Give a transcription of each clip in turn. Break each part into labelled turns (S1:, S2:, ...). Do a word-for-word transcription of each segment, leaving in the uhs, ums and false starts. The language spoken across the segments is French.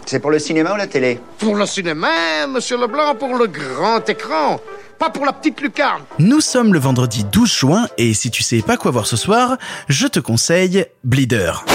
S1: C'est pour le cinéma ou la télé?
S2: Pour le cinéma, monsieur Leblanc, pour le grand écran. Pas pour la petite lucarne.
S3: Nous sommes le vendredi douze juin et si tu sais pas quoi voir ce soir, je te conseille Bleeder.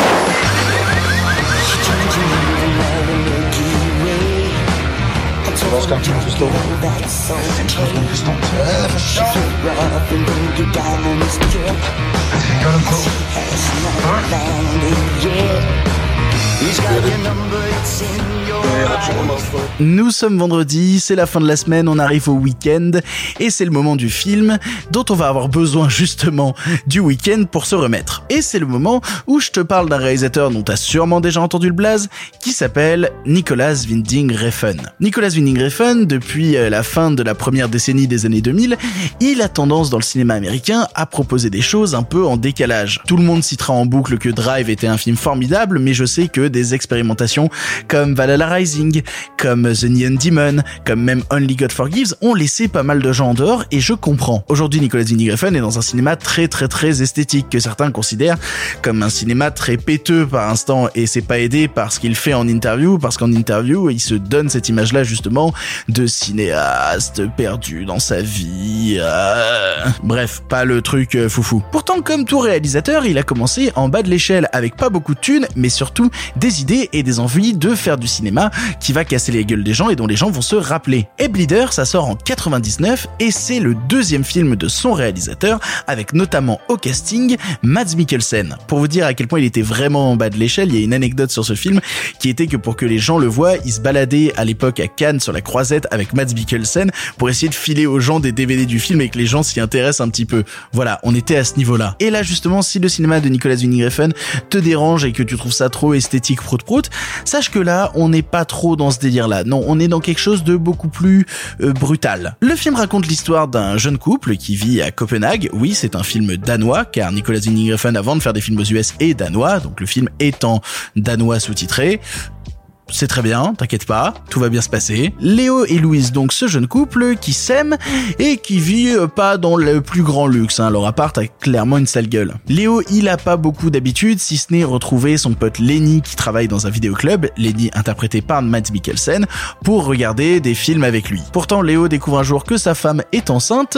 S3: Nous sommes vendredi, c'est la fin de la semaine, on arrive au week-end et c'est le moment du film dont on va avoir besoin justement du week-end pour se remettre. Et c'est le moment où je te parle d'un réalisateur dont tu as sûrement déjà entendu le blaze qui s'appelle Nicolas Winding Refn. Nicolas Winding Refn, depuis la fin de la première décennie des années deux mille, il a tendance dans le cinéma américain à proposer des choses un peu en décalage. Tout le monde citera en boucle que Drive était un film formidable, mais je sais que des expérimentations comme Valhalla Rising, comme The Neon Demon, comme même Only God Forgives ont laissé pas mal de gens en dehors et je comprends. Aujourd'hui, Nicolas Winding Refn est dans un cinéma très très très esthétique que certains considèrent comme un cinéma très péteux par instant et c'est pas aidé par ce qu'il fait en interview parce qu'en interview, il se donne cette image-là justement de cinéaste perdu dans sa vie. Euh... Bref, pas le truc euh, foufou. Pourtant, comme tout réalisateur, il a commencé en bas de l'échelle avec pas beaucoup de thunes, mais surtout des idées et des envies de faire du cinéma qui va casser les gueules des gens et dont les gens vont se rappeler. Et Bleeder, ça sort en quatre-vingt-dix-neuf et c'est le deuxième film de son réalisateur avec notamment au casting Mads Mikkelsen. Pour vous dire à quel point il était vraiment en bas de l'échelle, il y a une anecdote sur ce film qui était que pour que les gens le voient, il se baladait à l'époque à Cannes sur la Croisette avec Mads Mikkelsen pour essayer de filer aux gens des D V D du film et que les gens s'y intéressent un petit peu. Voilà, on était à ce niveau-là. Et là justement, si le cinéma de Nicolas Winding Refn te dérange et que tu trouves ça trop esthétique prout-prout, sache que là, on n'est pas trop dans ce délire-là. Non, on est dans quelque chose de beaucoup plus euh, brutal. Le film raconte l'histoire d'un jeune couple qui vit à Copenhague. Oui, c'est un film danois, car Nicolas Winding Refn, avant de faire des films aux U S, est danois, donc le film est en danois sous-titré. C'est très bien, t'inquiète pas, tout va bien se passer. Léo et Louise, donc ce jeune couple qui s'aime et qui vit pas dans le plus grand luxe, hein. Leur appart a clairement une sale gueule. Léo, il a pas beaucoup d'habitude, si ce n'est retrouver son pote Lenny qui travaille dans un vidéoclub, Lenny interprété par Mads Mikkelsen, pour regarder des films avec lui. Pourtant, Léo découvre un jour que sa femme est enceinte.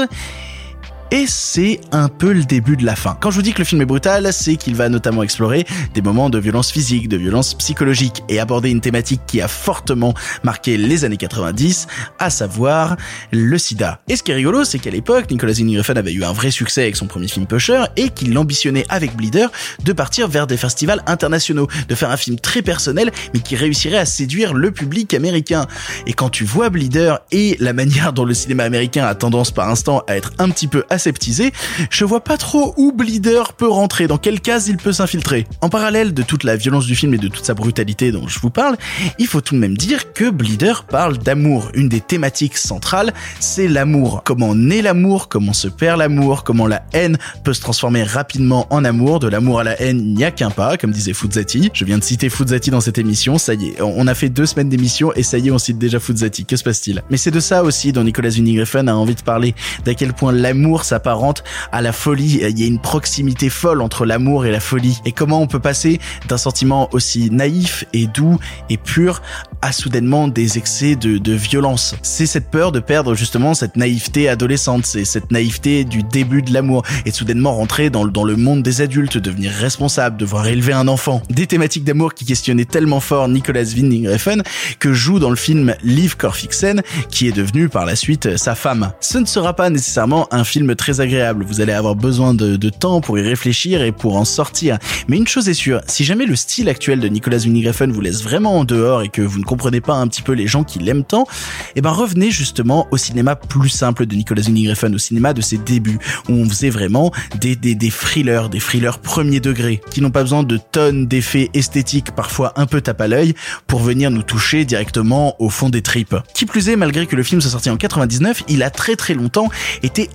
S3: Et c'est un peu le début de la fin. Quand je vous dis que le film est brutal, c'est qu'il va notamment explorer des moments de violence physique, de violence psychologique et aborder une thématique qui a fortement marqué les années quatre-vingt-dix, à savoir le sida. Et ce qui est rigolo, c'est qu'à l'époque, Nicolas Winding Refn avait eu un vrai succès avec son premier film Pusher et qu'il ambitionnait avec Bleeder de partir vers des festivals internationaux, de faire un film très personnel mais qui réussirait à séduire le public américain. Et quand tu vois Bleeder et la manière dont le cinéma américain a tendance par instant à être un petit peu aseptisé, je vois pas trop où Bleeder peut rentrer, dans quelle case il peut s'infiltrer. En parallèle de toute la violence du film et de toute sa brutalité dont je vous parle, il faut tout de même dire que Bleeder parle d'amour. Une des thématiques centrales, c'est l'amour. Comment naît l'amour, comment se perd l'amour, comment la haine peut se transformer rapidement en amour. De l'amour à la haine, il n'y a qu'un pas, comme disait Fuzzati. Je viens de citer Fuzzati dans cette émission, ça y est, on a fait deux semaines d'émission et ça y est, on cite déjà Fuzzati. Que se passe-t-il? Mais c'est de ça aussi dont Nicolas Winding Refn a envie de parler, d'à quel point l'amour s'apparente à la folie. Il y a une proximité folle entre l'amour et la folie. Et comment on peut passer d'un sentiment aussi naïf et doux et pur à soudainement des excès de, de violence. C'est cette peur de perdre justement cette naïveté adolescente, c'est cette naïveté du début de l'amour et de soudainement rentrer dans, dans le monde des adultes, devenir responsable, devoir élever un enfant. Des thématiques d'amour qui questionnaient tellement fort Nicolas Winding Refn que joue dans le film Liv Korfixen, qui est devenu par la suite sa femme. Ce ne sera pas nécessairement un film très agréable, vous allez avoir besoin de, de temps pour y réfléchir et pour en sortir. Mais une chose est sûre, si jamais le style actuel de Nicolas Winding Refn vous laisse vraiment en dehors et que vous ne comprenez pas un petit peu les gens qui l'aiment tant, eh ben revenez justement au cinéma plus simple de Nicolas Winding Refn, au cinéma de ses débuts, où on faisait vraiment des, des, des thrillers, des thrillers premier degré, qui n'ont pas besoin de tonnes d'effets esthétiques parfois un peu tape à l'œil pour venir nous toucher directement au fond des tripes. Qui plus est, malgré que le film soit sorti en quatre-vingt-dix-neuf, il a très très longtemps été indispensable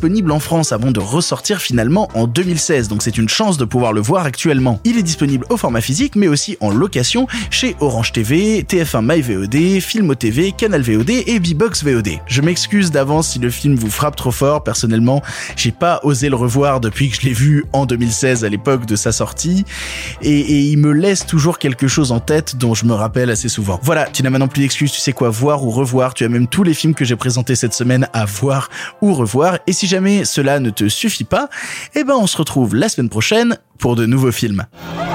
S3: disponible en France avant de ressortir finalement en deux mille seize, donc c'est une chance de pouvoir le voir actuellement. Il est disponible au format physique mais aussi en location chez Orange T V, T F un My V O D, Filmo T V, Canal V O D et B-Box V O D. Je m'excuse d'avance si le film vous frappe trop fort, personnellement j'ai pas osé le revoir depuis que je l'ai vu en deux mille seize à l'époque de sa sortie et, et il me laisse toujours quelque chose en tête dont je me rappelle assez souvent. Voilà, tu n'as maintenant plus d'excuses, tu sais quoi voir ou revoir, tu as même tous les films que j'ai présentés cette semaine à voir ou revoir, et si jamais cela ne te suffit pas, eh ben on se retrouve la semaine prochaine pour de nouveaux films.